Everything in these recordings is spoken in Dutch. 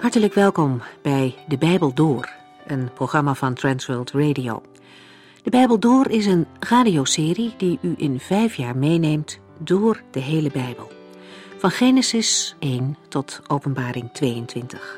Hartelijk welkom bij De Bijbel Door, een programma van Transworld Radio. De Bijbel Door is een radioserie die u in 5 jaar meeneemt door de hele Bijbel. Van Genesis 1 tot Openbaring 22.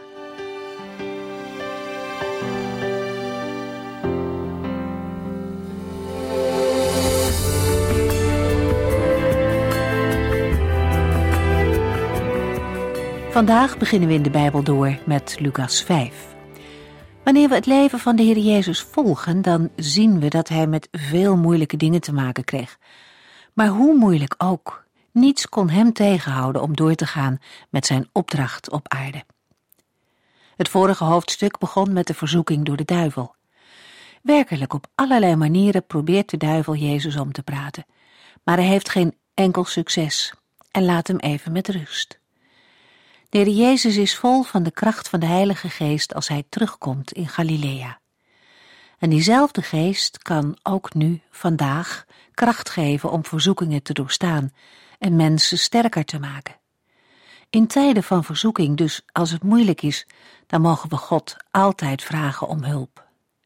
Vandaag beginnen we in de Bijbel door met Lucas 5. Wanneer we het leven van de Heer Jezus volgen, dan zien we dat hij met veel moeilijke dingen te maken kreeg. Maar hoe moeilijk ook, niets kon hem tegenhouden om door te gaan met zijn opdracht op aarde. Het vorige hoofdstuk begon met de verzoeking door de duivel. Werkelijk op allerlei manieren probeert de duivel Jezus om te praten, maar hij heeft geen enkel succes en laat hem even met rust. De Heer Jezus is vol van de kracht van de Heilige Geest als hij terugkomt in Galilea. En diezelfde Geest kan ook nu, vandaag, kracht geven om verzoekingen te doorstaan en mensen sterker te maken. In tijden van verzoeking, dus als het moeilijk is, dan mogen we God altijd vragen om hulp.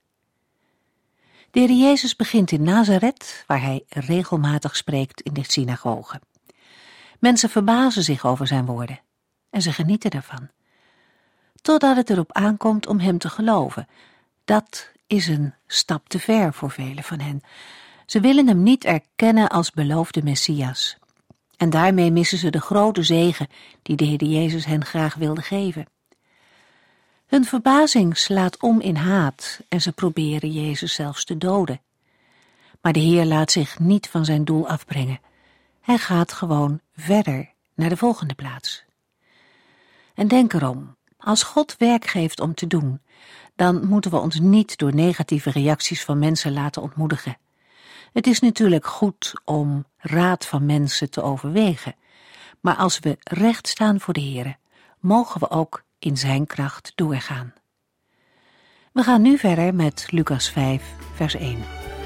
De Heer Jezus begint in Nazareth, waar hij regelmatig spreekt in de synagoge. Mensen verbazen zich over zijn woorden. En ze genieten ervan. Totdat het erop aankomt om hem te geloven. Dat is een stap te ver voor velen van hen. Ze willen hem niet erkennen als beloofde Messias. En daarmee missen ze de grote zegen die de Heer Jezus hen graag wilde geven. Hun verbazing slaat om in haat en ze proberen Jezus zelfs te doden. Maar de Heer laat zich niet van zijn doel afbrengen. Hij gaat gewoon verder naar de volgende plaats. En denk erom, als God werk geeft om te doen, dan moeten we ons niet door negatieve reacties van mensen laten ontmoedigen. Het is natuurlijk goed om raad van mensen te overwegen, maar als we recht staan voor de Heere, mogen we ook in zijn kracht doorgaan. We gaan nu verder met Lucas 5, vers 1.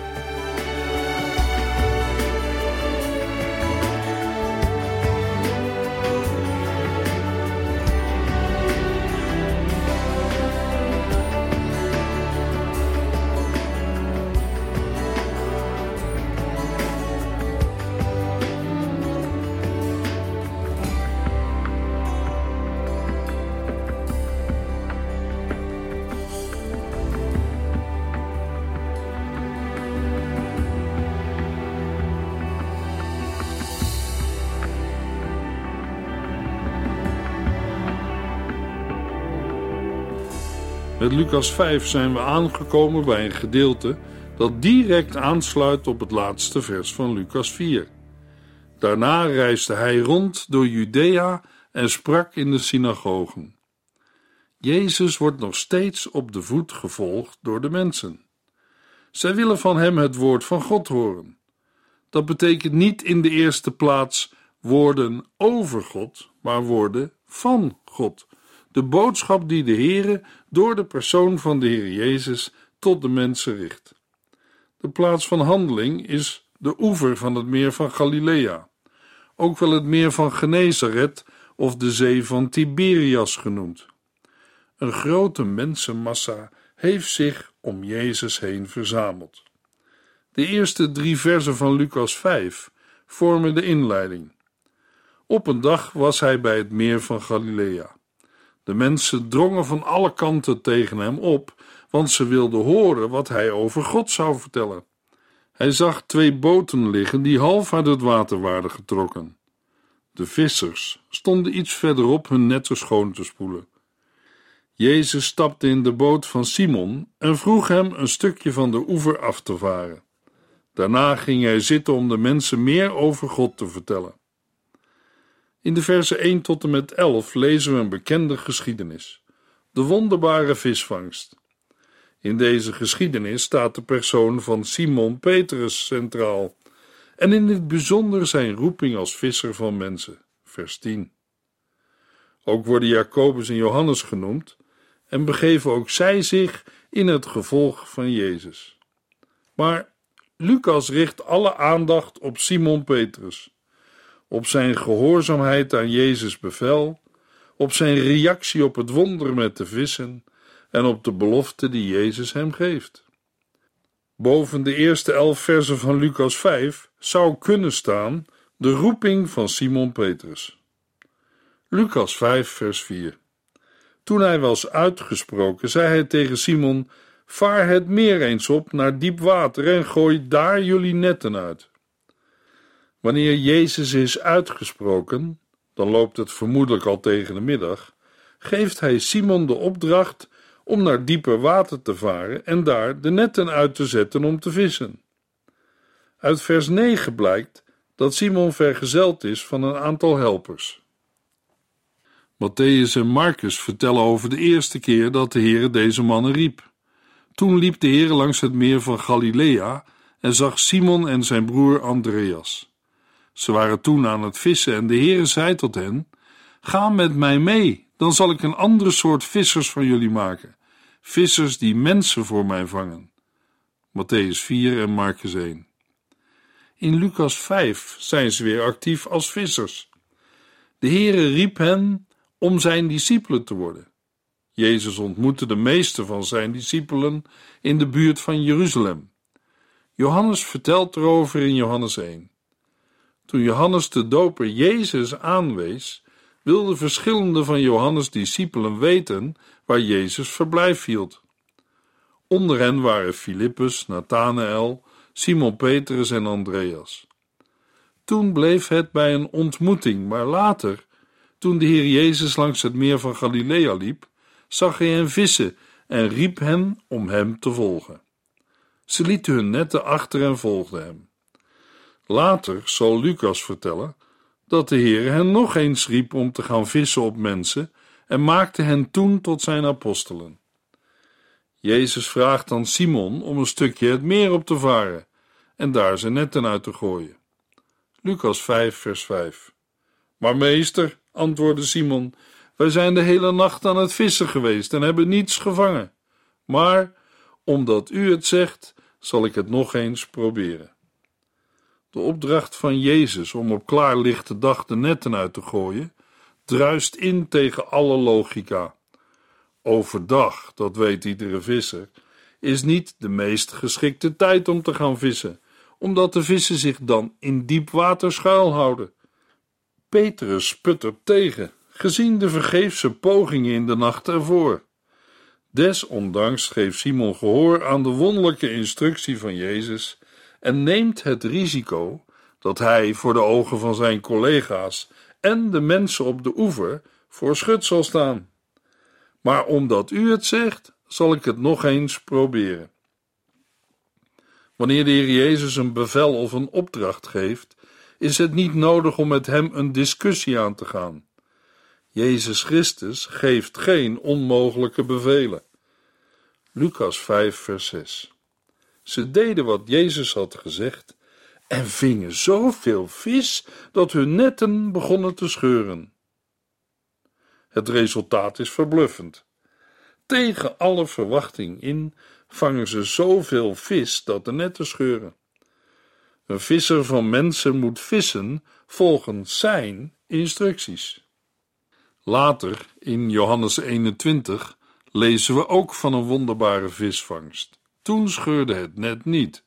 Met Lucas 5 zijn we aangekomen bij een gedeelte dat direct aansluit op het laatste vers van Lucas 4. Daarna reisde hij rond door Judea en sprak in de synagogen. Jezus wordt nog steeds op de voet gevolgd door de mensen. Zij willen van hem het woord van God horen. Dat betekent niet in de eerste plaats woorden over God, maar woorden van God. De boodschap die de Heere door de persoon van de Heer Jezus tot de mensen richt. De plaats van handeling is de oever van het meer van Galilea, ook wel het meer van Genezaret of de zee van Tiberias genoemd. Een grote mensenmassa heeft zich om Jezus heen verzameld. De eerste 3 versen van Lucas 5 vormen de inleiding. Op een dag was hij bij het meer van Galilea. De mensen drongen van alle kanten tegen hem op, want ze wilden horen wat hij over God zou vertellen. Hij zag 2 boten liggen die half uit het water waren getrokken. De vissers stonden iets verderop hun netten schoon te spoelen. Jezus stapte in de boot van Simon en vroeg hem een stukje van de oever af te varen. Daarna ging hij zitten om de mensen meer over God te vertellen. In de versen 1 tot en met 11 lezen we een bekende geschiedenis. De wonderbare visvangst. In deze geschiedenis staat de persoon van Simon Petrus centraal en in het bijzonder zijn roeping als visser van mensen. Vers 10. Ook worden Jacobus en Johannes genoemd en begeven ook zij zich in het gevolg van Jezus. Maar Lucas richt alle aandacht op Simon Petrus, op zijn gehoorzaamheid aan Jezus' bevel, op zijn reactie op het wonder met de vissen en op de belofte die Jezus hem geeft. Boven de eerste 11 versen van Lucas 5 zou kunnen staan de roeping van Simon Petrus. Lucas 5 vers 4. Toen hij was uitgesproken, zei hij tegen Simon: vaar het meer eens op naar diep water en gooi daar jullie netten uit. Wanneer Jezus is uitgesproken, dan loopt het vermoedelijk al tegen de middag, geeft hij Simon de opdracht om naar dieper water te varen en daar de netten uit te zetten om te vissen. Uit vers 9 blijkt dat Simon vergezeld is van een aantal helpers. Mattheüs en Marcus vertellen over de eerste keer dat de Heere deze mannen riep. Toen liep de Heere langs het meer van Galilea en zag Simon en zijn broer Andreas. Ze waren toen aan het vissen en de Heere zei tot hen: ga met mij mee, dan zal ik een andere soort vissers van jullie maken. Vissers die mensen voor mij vangen. Mattheüs 4 en Marcus 1. In Lucas 5 zijn ze weer actief als vissers. De Heere riep hen om zijn discipelen te worden. Jezus ontmoette de meeste van zijn discipelen in de buurt van Jeruzalem. Johannes vertelt erover in Johannes 1. Toen Johannes de Doper Jezus aanwees, wilden verschillende van Johannes' discipelen weten waar Jezus verblijf hield. Onder hen waren Filippus, Nathanael, Simon Petrus en Andreas. Toen bleef het bij een ontmoeting, maar later, toen de Heer Jezus langs het meer van Galilea liep, zag hij hen vissen en riep hen om hem te volgen. Ze lieten hun netten achter en volgden hem. Later zal Lucas vertellen dat de Heer hen nog eens riep om te gaan vissen op mensen en maakte hen toen tot zijn apostelen. Jezus vraagt dan Simon om een stukje het meer op te varen en daar zijn netten uit te gooien. Lucas 5 vers 5. Maar meester, antwoordde Simon, wij zijn de hele nacht aan het vissen geweest en hebben niets gevangen. Maar, omdat u het zegt, zal ik het nog eens proberen. De opdracht van Jezus om op klaarlichte dag de netten uit te gooien, druist in tegen alle logica. Overdag, dat weet iedere visser, is niet de meest geschikte tijd om te gaan vissen, omdat de vissen zich dan in diep water schuilhouden. Petrus sputtert tegen, gezien de vergeefse pogingen in de nacht ervoor. Desondanks geeft Simon gehoor aan de wonderlijke instructie van Jezus en neemt het risico dat hij voor de ogen van zijn collega's en de mensen op de oever voor schut zal staan. Maar omdat u het zegt, zal ik het nog eens proberen. Wanneer de Heer Jezus een bevel of een opdracht geeft, is het niet nodig om met hem een discussie aan te gaan. Jezus Christus geeft geen onmogelijke bevelen. Lucas 5 vers 6. Ze deden wat Jezus had gezegd en vingen zoveel vis dat hun netten begonnen te scheuren. Het resultaat is verbluffend. Tegen alle verwachting in vangen ze zoveel vis dat de netten scheuren. Een visser van mensen moet vissen volgens zijn instructies. Later, in Johannes 21, lezen we ook van een wonderbare visvangst. Toen scheurde het net niet.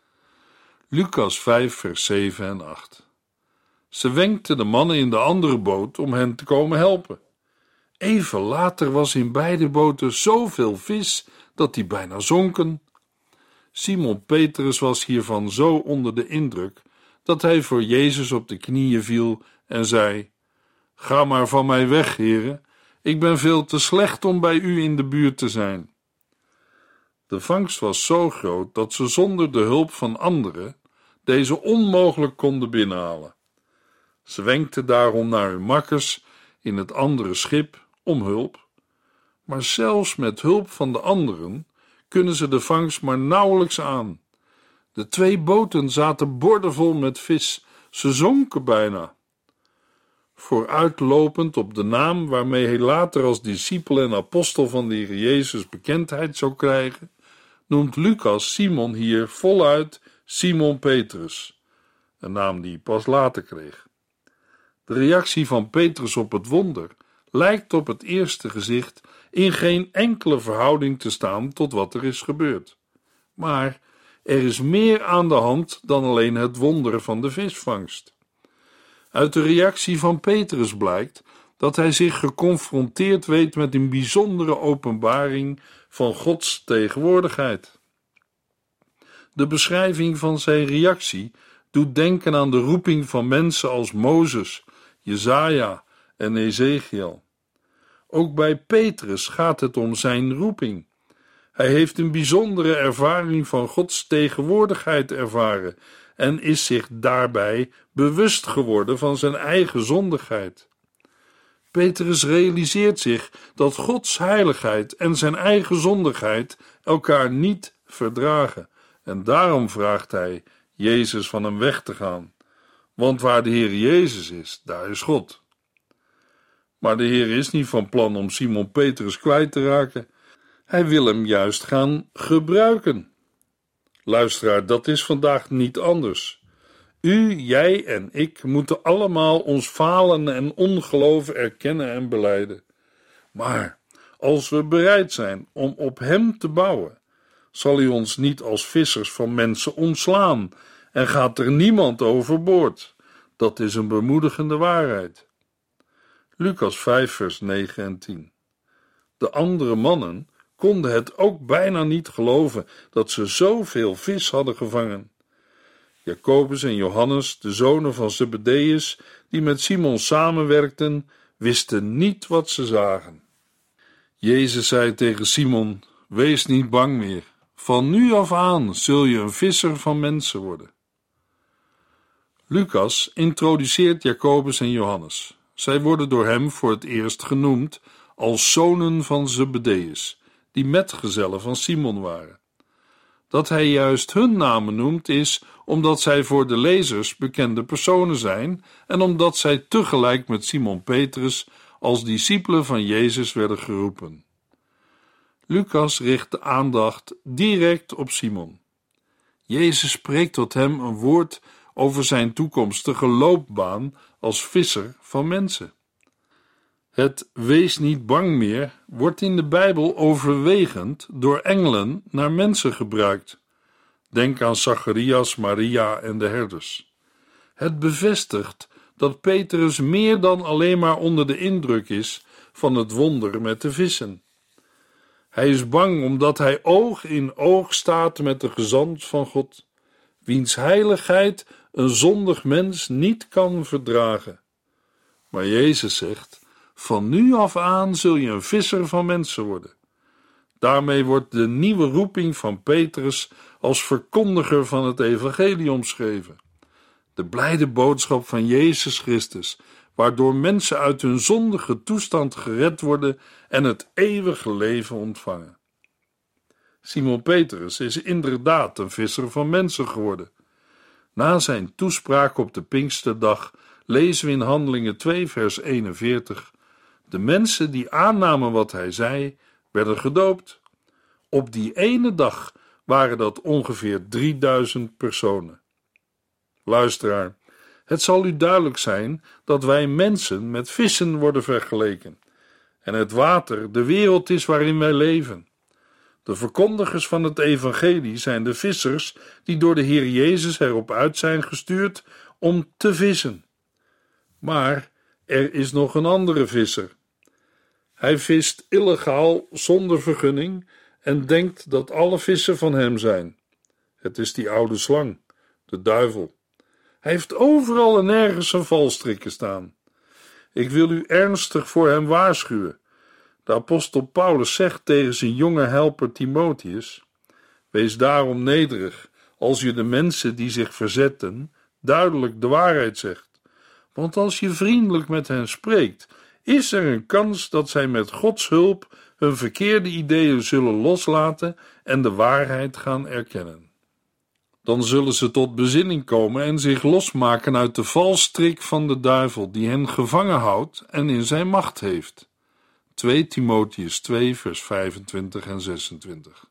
Lucas 5 vers 7 en 8. Ze wenkten de mannen in de andere boot om hen te komen helpen. Even later was in beide boten zoveel vis dat die bijna zonken. Simon Petrus was hiervan zo onder de indruk dat hij voor Jezus op de knieën viel en zei: ga maar van mij weg, Heere, ik ben veel te slecht om bij u in de buurt te zijn. De vangst was zo groot dat ze zonder de hulp van anderen deze onmogelijk konden binnenhalen. Ze wenkten daarom naar hun makkers in het andere schip om hulp, maar zelfs met hulp van de anderen kunnen ze de vangst maar nauwelijks aan. De 2 boten zaten bordenvol met vis, ze zonken bijna. Vooruitlopend op de naam waarmee hij later als discipel en apostel van de Heer Jezus bekendheid zou krijgen, noemt Lucas Simon hier voluit Simon Petrus, een naam die hij pas later kreeg. De reactie van Petrus op het wonder lijkt op het eerste gezicht in geen enkele verhouding te staan tot wat er is gebeurd. Maar er is meer aan de hand dan alleen het wonder van de visvangst. Uit de reactie van Petrus blijkt dat hij zich geconfronteerd weet met een bijzondere openbaring van Gods tegenwoordigheid. De beschrijving van zijn reactie doet denken aan de roeping van mensen als Mozes, Jesaja en Ezekiel. Ook bij Petrus gaat het om zijn roeping. Hij heeft een bijzondere ervaring van Gods tegenwoordigheid ervaren en is zich daarbij bewust geworden van zijn eigen zondigheid. Petrus realiseert zich dat Gods heiligheid en zijn eigen zondigheid elkaar niet verdragen en daarom vraagt hij Jezus van hem weg te gaan. Want waar de Heer Jezus is, daar is God. Maar de Heer is niet van plan om Simon Petrus kwijt te raken. Hij wil hem juist gaan gebruiken. Luisteraar, dat is vandaag niet anders. U, jij en ik moeten allemaal ons falen en ongeloof erkennen en belijden. Maar als we bereid zijn om op hem te bouwen, zal hij ons niet als vissers van mensen ontslaan en gaat er niemand overboord. Dat is een bemoedigende waarheid. Lucas 5 vers 9 en 10. De andere mannen konden het ook bijna niet geloven dat ze zoveel vis hadden gevangen. Jacobus en Johannes, de zonen van Zebedeus, die met Simon samenwerkten, wisten niet wat ze zagen. Jezus zei tegen Simon: wees niet bang meer. Van nu af aan zul je een visser van mensen worden. Lucas introduceert Jacobus en Johannes. Zij worden door hem voor het eerst genoemd als zonen van Zebedeus, die metgezellen van Simon waren. Dat hij juist hun namen noemt is omdat zij voor de lezers bekende personen zijn en omdat zij tegelijk met Simon Petrus als discipelen van Jezus werden geroepen. Lucas richt de aandacht direct op Simon. Jezus spreekt tot hem een woord over zijn toekomstige loopbaan als visser van mensen. Het wees niet bang meer wordt in de Bijbel overwegend door engelen naar mensen gebruikt. Denk aan Zacharias, Maria en de herders. Het bevestigt dat Petrus meer dan alleen maar onder de indruk is van het wonder met de vissen. Hij is bang omdat hij oog in oog staat met de gezant van God, wiens heiligheid een zondig mens niet kan verdragen. Maar Jezus zegt: van nu af aan zul je een visser van mensen worden. Daarmee wordt de nieuwe roeping van Petrus als verkondiger van het evangelie omschreven. De blijde boodschap van Jezus Christus, waardoor mensen uit hun zondige toestand gered worden en het eeuwige leven ontvangen. Simon Petrus is inderdaad een visser van mensen geworden. Na zijn toespraak op de Pinksterdag lezen we in Handelingen 2 vers 41: de mensen die aannamen wat hij zei, werden gedoopt. Op die ene dag waren dat ongeveer 3000 personen. Luisteraar, het zal u duidelijk zijn dat wij mensen met vissen worden vergeleken en het water de wereld is waarin wij leven. De verkondigers van het evangelie zijn de vissers die door de Heer Jezus erop uit zijn gestuurd om te vissen. Maar er is nog een andere visser. Hij vist illegaal zonder vergunning en denkt dat alle vissen van hem zijn. Het is die oude slang, de duivel. Hij heeft overal en nergens zijn valstrikken staan. Ik wil u ernstig voor hem waarschuwen. De apostel Paulus zegt tegen zijn jonge helper Timotheus: wees daarom nederig als je de mensen die zich verzetten duidelijk de waarheid zegt. Want als je vriendelijk met hen spreekt, is er een kans dat zij met Gods hulp hun verkeerde ideeën zullen loslaten en de waarheid gaan erkennen. Dan zullen ze tot bezinning komen en zich losmaken uit de valstrik van de duivel die hen gevangen houdt en in zijn macht heeft. 2 Timotheus 2 vers 25 en 26.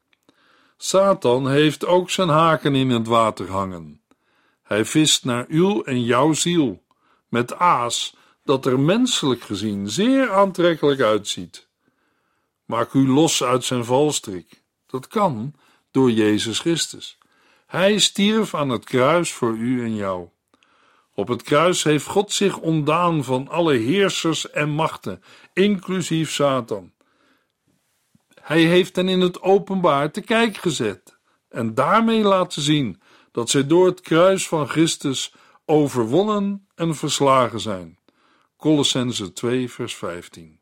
Satan heeft ook zijn haken in het water hangen. Hij vist naar uw en jouw ziel, met aas dat er menselijk gezien zeer aantrekkelijk uitziet. Maak u los uit zijn valstrik. Dat kan door Jezus Christus. Hij stierf aan het kruis voor u en jou. Op het kruis heeft God zich ontdaan van alle heersers en machten, inclusief Satan. Hij heeft hen in het openbaar te kijk gezet en daarmee laten zien dat zij door het kruis van Christus overwonnen en verslagen zijn. Kolossenzen 2 vers 15.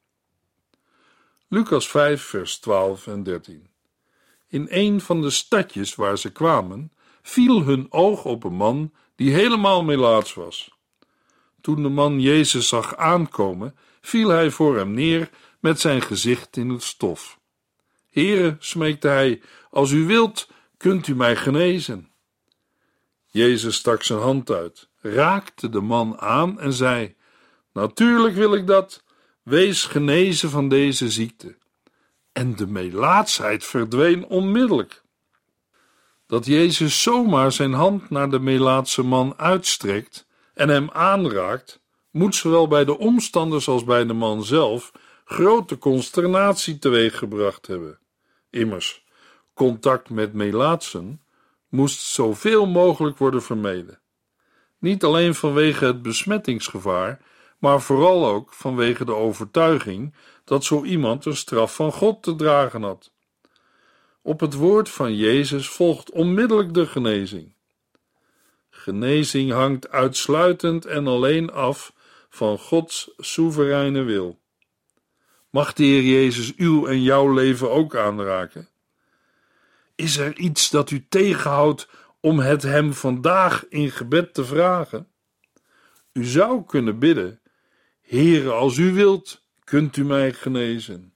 Lucas 5 vers 12 en 13. In een van de stadjes waar ze kwamen, viel hun oog op een man die helemaal melaats was. Toen de man Jezus zag aankomen, viel hij voor hem neer met zijn gezicht in het stof. Heere, smeekte hij, als u wilt, kunt u mij genezen. Jezus stak zijn hand uit, raakte de man aan en zei: Natuurlijk wil ik dat, wees genezen van deze ziekte. En de melaatsheid verdween onmiddellijk. Dat Jezus zomaar zijn hand naar de melaatse man uitstrekt en hem aanraakt, moet zowel bij de omstanders als bij de man zelf grote consternatie teweeggebracht hebben. Immers, contact met melaatsen moest zoveel mogelijk worden vermeden. Niet alleen vanwege het besmettingsgevaar, maar vooral ook vanwege de overtuiging dat zo iemand een straf van God te dragen had. Op het woord van Jezus volgt onmiddellijk de genezing. Genezing hangt uitsluitend en alleen af van Gods soevereine wil. Mag de Heer Jezus uw en jouw leven ook aanraken? Is er iets dat u tegenhoudt om het hem vandaag in gebed te vragen? U zou kunnen bidden: Heere, als u wilt, kunt u mij genezen.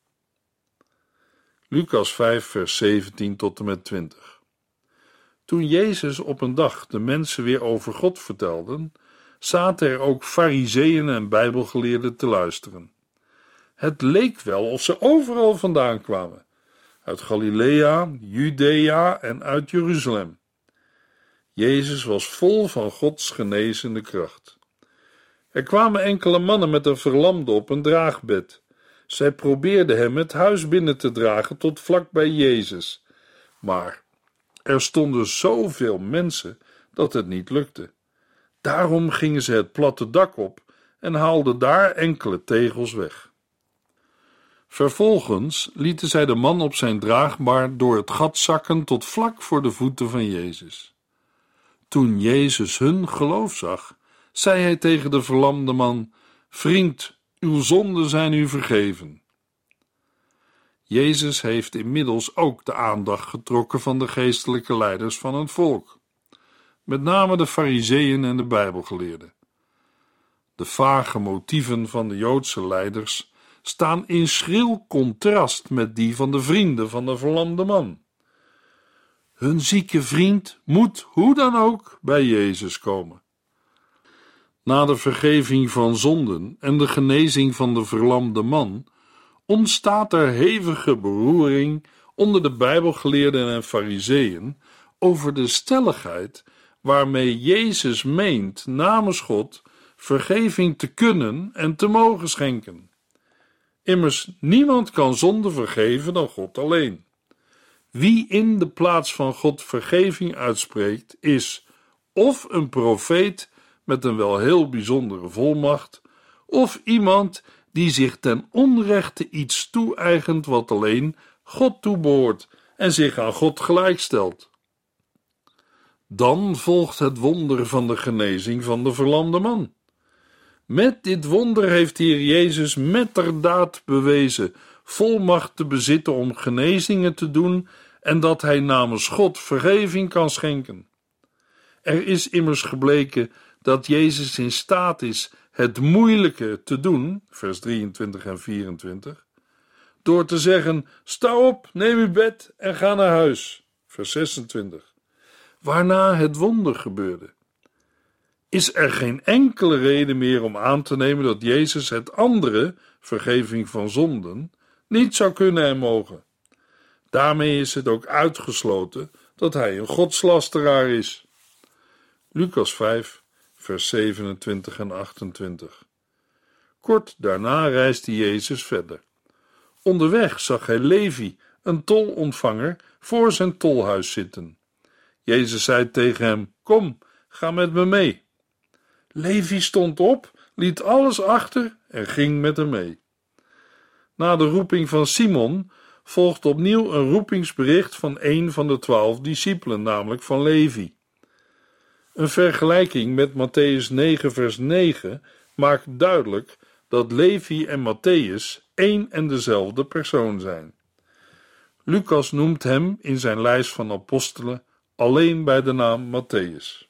Lucas 5 vers 17 tot en met 20. Toen Jezus op een dag de mensen weer over God vertelde, zaten er ook Farizeeën en Bijbelgeleerden te luisteren. Het leek wel of ze overal vandaan kwamen, uit Galilea, Judea en uit Jeruzalem. Jezus was vol van Gods genezende kracht. Er kwamen enkele mannen met een verlamde op een draagbed. Zij probeerden hem het huis binnen te dragen tot vlak bij Jezus. Maar er stonden zoveel mensen dat het niet lukte. Daarom gingen ze het platte dak op en haalden daar enkele tegels weg. Vervolgens lieten zij de man op zijn draagbaar door het gat zakken tot vlak voor de voeten van Jezus. Toen Jezus hun geloof zag, zei hij tegen de verlamde man: Vriend, uw zonden zijn u vergeven. Jezus heeft inmiddels ook de aandacht getrokken van de geestelijke leiders van het volk, met name de Farizeeën en de Bijbelgeleerden. De vage motieven van de Joodse leiders staan in schril contrast met die van de vrienden van de verlamde man. Hun zieke vriend moet hoe dan ook bij Jezus komen. Na de vergeving van zonden en de genezing van de verlamde man ontstaat er hevige beroering onder de Bijbelgeleerden en Farizeeën over de stelligheid waarmee Jezus meent namens God vergeving te kunnen en te mogen schenken. Immers, niemand kan zonde vergeven dan God alleen. Wie in de plaats van God vergeving uitspreekt, is of een profeet met een wel heel bijzondere volmacht, of iemand die zich ten onrechte iets toe-eigent wat alleen God toebehoort en zich aan God gelijkstelt. Dan volgt het wonder van de genezing van de verlamde man. Met dit wonder heeft de Heer Jezus metterdaad bewezen volmacht te bezitten om genezingen te doen en dat hij namens God vergeving kan schenken. Er is immers gebleken dat Jezus in staat is het moeilijke te doen, vers 23 en 24, door te zeggen: sta op, neem uw bed en ga naar huis, vers 26, waarna het wonder gebeurde. Is er geen enkele reden meer om aan te nemen dat Jezus het andere, vergeving van zonden, niet zou kunnen en mogen. Daarmee is het ook uitgesloten dat hij een godslasteraar is. Lucas 5, vers 27 en 28. Kort daarna reisde Jezus verder. Onderweg zag hij Levi, een tolontvanger, voor zijn tolhuis zitten. Jezus zei tegen hem: Kom, ga met me mee. Levi stond op, liet alles achter en ging met hem mee. Na de roeping van Simon volgt opnieuw een roepingsbericht van een van de 12 discipelen, namelijk van Levi. Een vergelijking met Mattheüs 9 vers 9 maakt duidelijk dat Levi en Mattheüs één en dezelfde persoon zijn. Lucas noemt hem in zijn lijst van apostelen alleen bij de naam Mattheüs.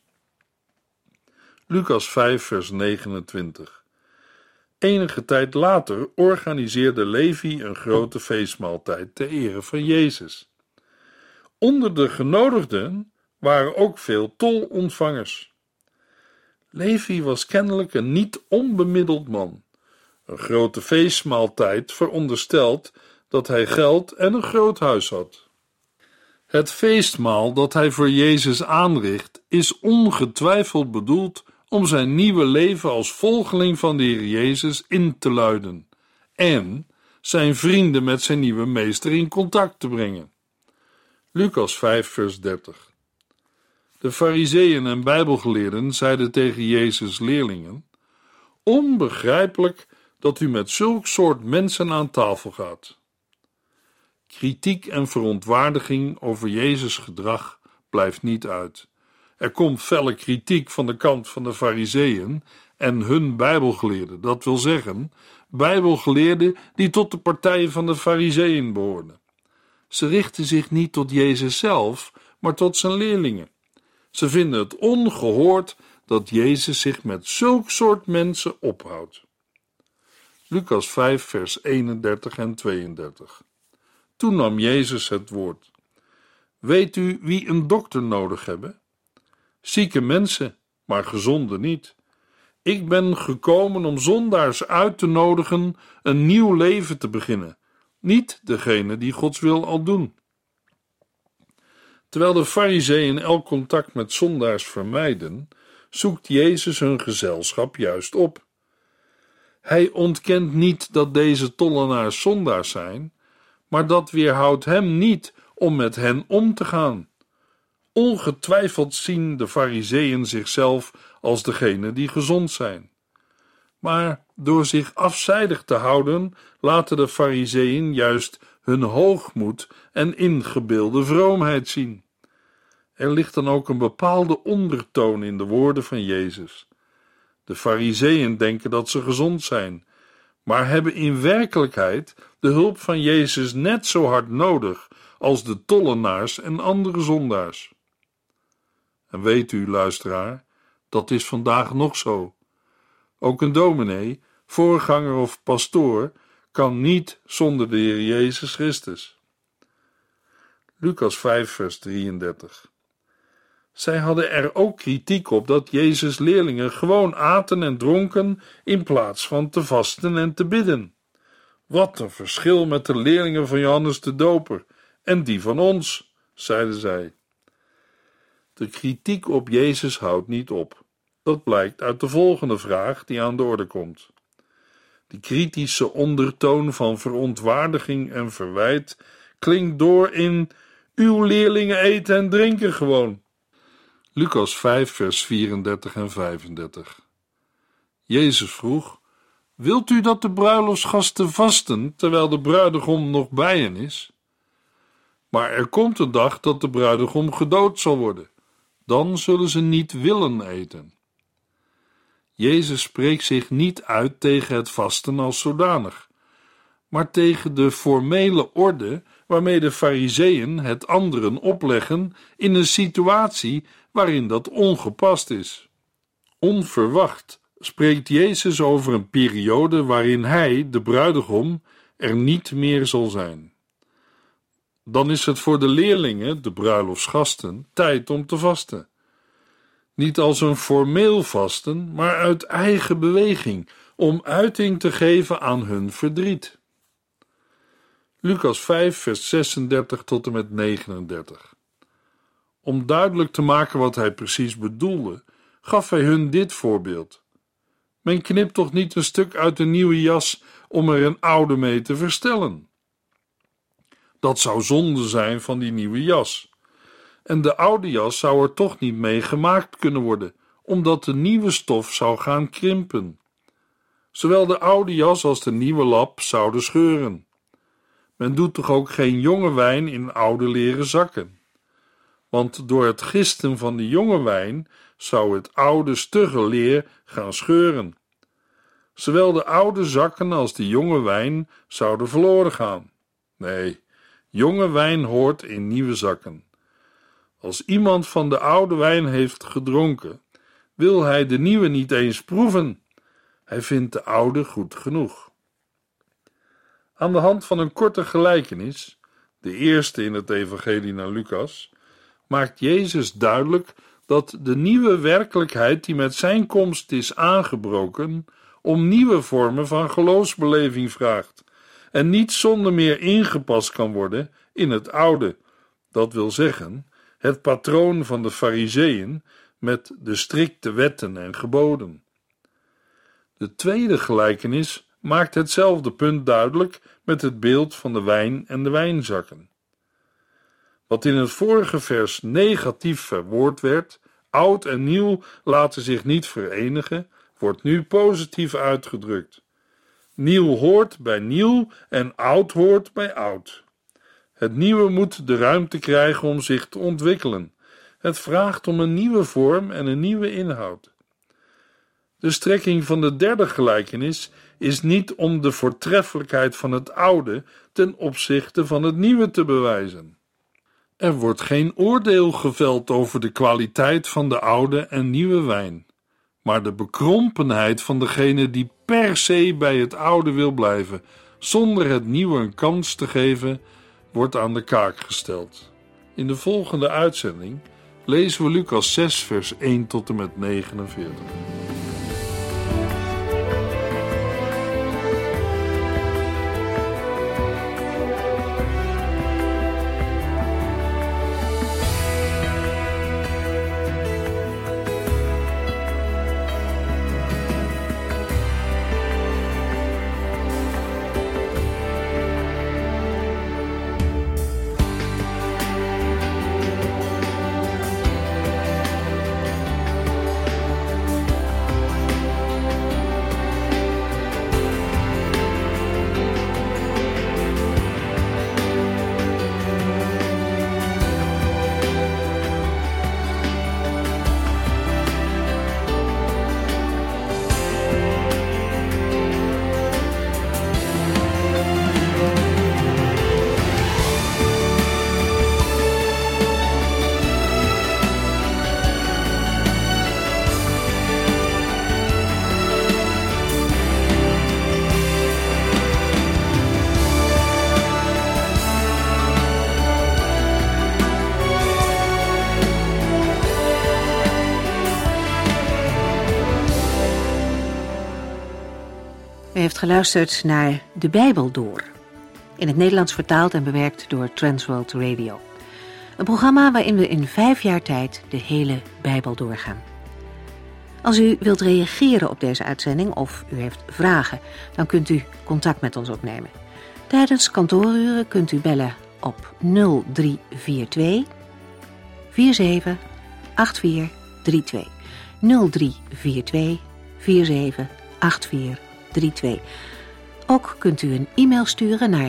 Lucas 5 vers 29. Enige tijd later organiseerde Levi een grote feestmaaltijd ter ere van Jezus. Onder de genodigden waren ook veel tolontvangers. Levi was kennelijk een niet onbemiddeld man. Een grote feestmaaltijd veronderstelt dat hij geld en een groot huis had. Het feestmaal dat hij voor Jezus aanricht is ongetwijfeld bedoeld om zijn nieuwe leven als volgeling van de Heer Jezus in te luiden en zijn vrienden met zijn nieuwe meester in contact te brengen. Lucas 5 vers 30. De Farizeeën en Bijbelgeleerden zeiden tegen Jezus' leerlingen: Onbegrijpelijk dat u met zulk soort mensen aan tafel gaat. Kritiek en verontwaardiging over Jezus' gedrag blijft niet uit. Er komt felle kritiek van de kant van de Farizeeën en hun Bijbelgeleerden, dat wil zeggen, Bijbelgeleerden die tot de partij van de Farizeeën behoorden. Ze richten zich niet tot Jezus zelf, maar tot zijn leerlingen. Ze vinden het ongehoord dat Jezus zich met zulk soort mensen ophoudt. Lucas 5 vers 31 en 32. Toen nam Jezus het woord. Weet u wie een dokter nodig hebben? Zieke mensen, maar gezonde niet. Ik ben gekomen om zondaars uit te nodigen een nieuw leven te beginnen, niet degene die Gods wil al doen. Terwijl de Farizeeën elk contact met zondaars vermijden, zoekt Jezus hun gezelschap juist op. Hij ontkent niet dat deze tollenaars zondaars zijn, maar dat weerhoudt hem niet om met hen om te gaan. Ongetwijfeld zien de Farizeeën zichzelf als degene die gezond zijn. Maar door zich afzijdig te houden, laten de Farizeeën juist hun hoogmoed en ingebeelde vroomheid zien. Er ligt dan ook een bepaalde ondertoon in de woorden van Jezus. De Farizeeën denken dat ze gezond zijn, maar hebben in werkelijkheid de hulp van Jezus net zo hard nodig als de tollenaars en andere zondaars. En weet u, luisteraar, dat is vandaag nog zo. Ook een dominee, voorganger of pastoor kan niet zonder de Heer Jezus Christus. Lucas 5 vers 33. Zij hadden er ook kritiek op dat Jezus' leerlingen gewoon aten en dronken in plaats van te vasten en te bidden. Wat een verschil met de leerlingen van Johannes de Doper en die van ons, zeiden zij. De kritiek op Jezus houdt niet op. Dat blijkt uit de volgende vraag die aan de orde komt. De kritische ondertoon van verontwaardiging en verwijt klinkt door in: uw leerlingen eten en drinken gewoon. Lucas 5 vers 34 en 35. Jezus vroeg: wilt u dat de bruiloftsgasten vasten terwijl de bruidegom nog bij hen is? Maar er komt een dag dat de bruidegom gedood zal worden. Dan zullen ze niet willen eten. Jezus spreekt zich niet uit tegen het vasten als zodanig, maar tegen de formele orde waarmee de Farizeeën het anderen opleggen in een situatie waarin dat ongepast is. Onverwacht spreekt Jezus over een periode waarin hij, de bruidegom, er niet meer zal zijn. Dan is het voor de leerlingen, de bruiloftsgasten, tijd om te vasten. Niet als een formeel vasten, maar uit eigen beweging, om uiting te geven aan hun verdriet. Lucas 5 vers 36 tot en met 39. Om duidelijk te maken wat hij precies bedoelde, gaf hij hun dit voorbeeld. Men knipt toch niet een stuk uit een nieuwe jas om er een oude mee te verstellen? Dat zou zonde zijn van die nieuwe jas. En de oude jas zou er toch niet mee gemaakt kunnen worden, omdat de nieuwe stof zou gaan krimpen. Zowel de oude jas als de nieuwe lap zouden scheuren. Men doet toch ook geen jonge wijn in oude leren zakken? Want door het gisten van de jonge wijn zou het oude stugge leer gaan scheuren. Zowel de oude zakken als de jonge wijn zouden verloren gaan. Nee, jonge wijn hoort in nieuwe zakken. Als iemand van de oude wijn heeft gedronken, wil hij de nieuwe niet eens proeven. Hij vindt de oude goed genoeg. Aan de hand van een korte gelijkenis, de eerste in het evangelie naar Lucas, maakt Jezus duidelijk dat de nieuwe werkelijkheid die met zijn komst is aangebroken, om nieuwe vormen van geloofsbeleving vraagt en niet zonder meer ingepast kan worden in het oude, dat wil zeggen, het patroon van de Farizeeën met de strikte wetten en geboden. De tweede gelijkenis maakt hetzelfde punt duidelijk met het beeld van de wijn en de wijnzakken. Wat in het vorige vers negatief verwoord werd, oud en nieuw laten zich niet verenigen, wordt nu positief uitgedrukt. Nieuw hoort bij nieuw en oud hoort bij oud. Het nieuwe moet de ruimte krijgen om zich te ontwikkelen. Het vraagt om een nieuwe vorm en een nieuwe inhoud. De strekking van de derde gelijkenis is niet om de voortreffelijkheid van het oude ten opzichte van het nieuwe te bewijzen. Er wordt geen oordeel geveld over de kwaliteit van de oude en nieuwe wijn, maar de bekrompenheid van degene die per se bij het oude wil blijven, zonder het nieuwe een kans te geven, wordt aan de kaak gesteld. In de volgende uitzending lezen we Lucas 6 vers 1 tot en met 49. U heeft geluisterd naar De Bijbel Door, in het Nederlands vertaald en bewerkt door Transworld Radio. Een programma waarin we in 5 jaar tijd de hele Bijbel doorgaan. Als u wilt reageren op deze uitzending of u heeft vragen, dan kunt u contact met ons opnemen. Tijdens kantooruren kunt u bellen op 0342 47 8432. 0342 47 8432. Ook kunt u een e-mail sturen naar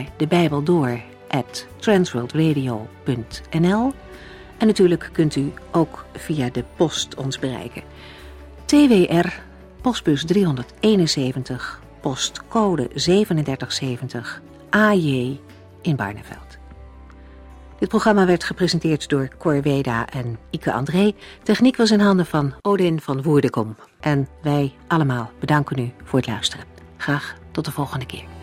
debijbeldoor@transworldradio.nl en natuurlijk kunt u ook via de post ons bereiken. TWR, postbus 371, postcode 3770, AJ in Barneveld. Dit programma werd gepresenteerd door Cor Weda en Ike André. Techniek was in handen van Odin van Woerdekom. En wij allemaal bedanken u voor het luisteren. Graag tot de volgende keer.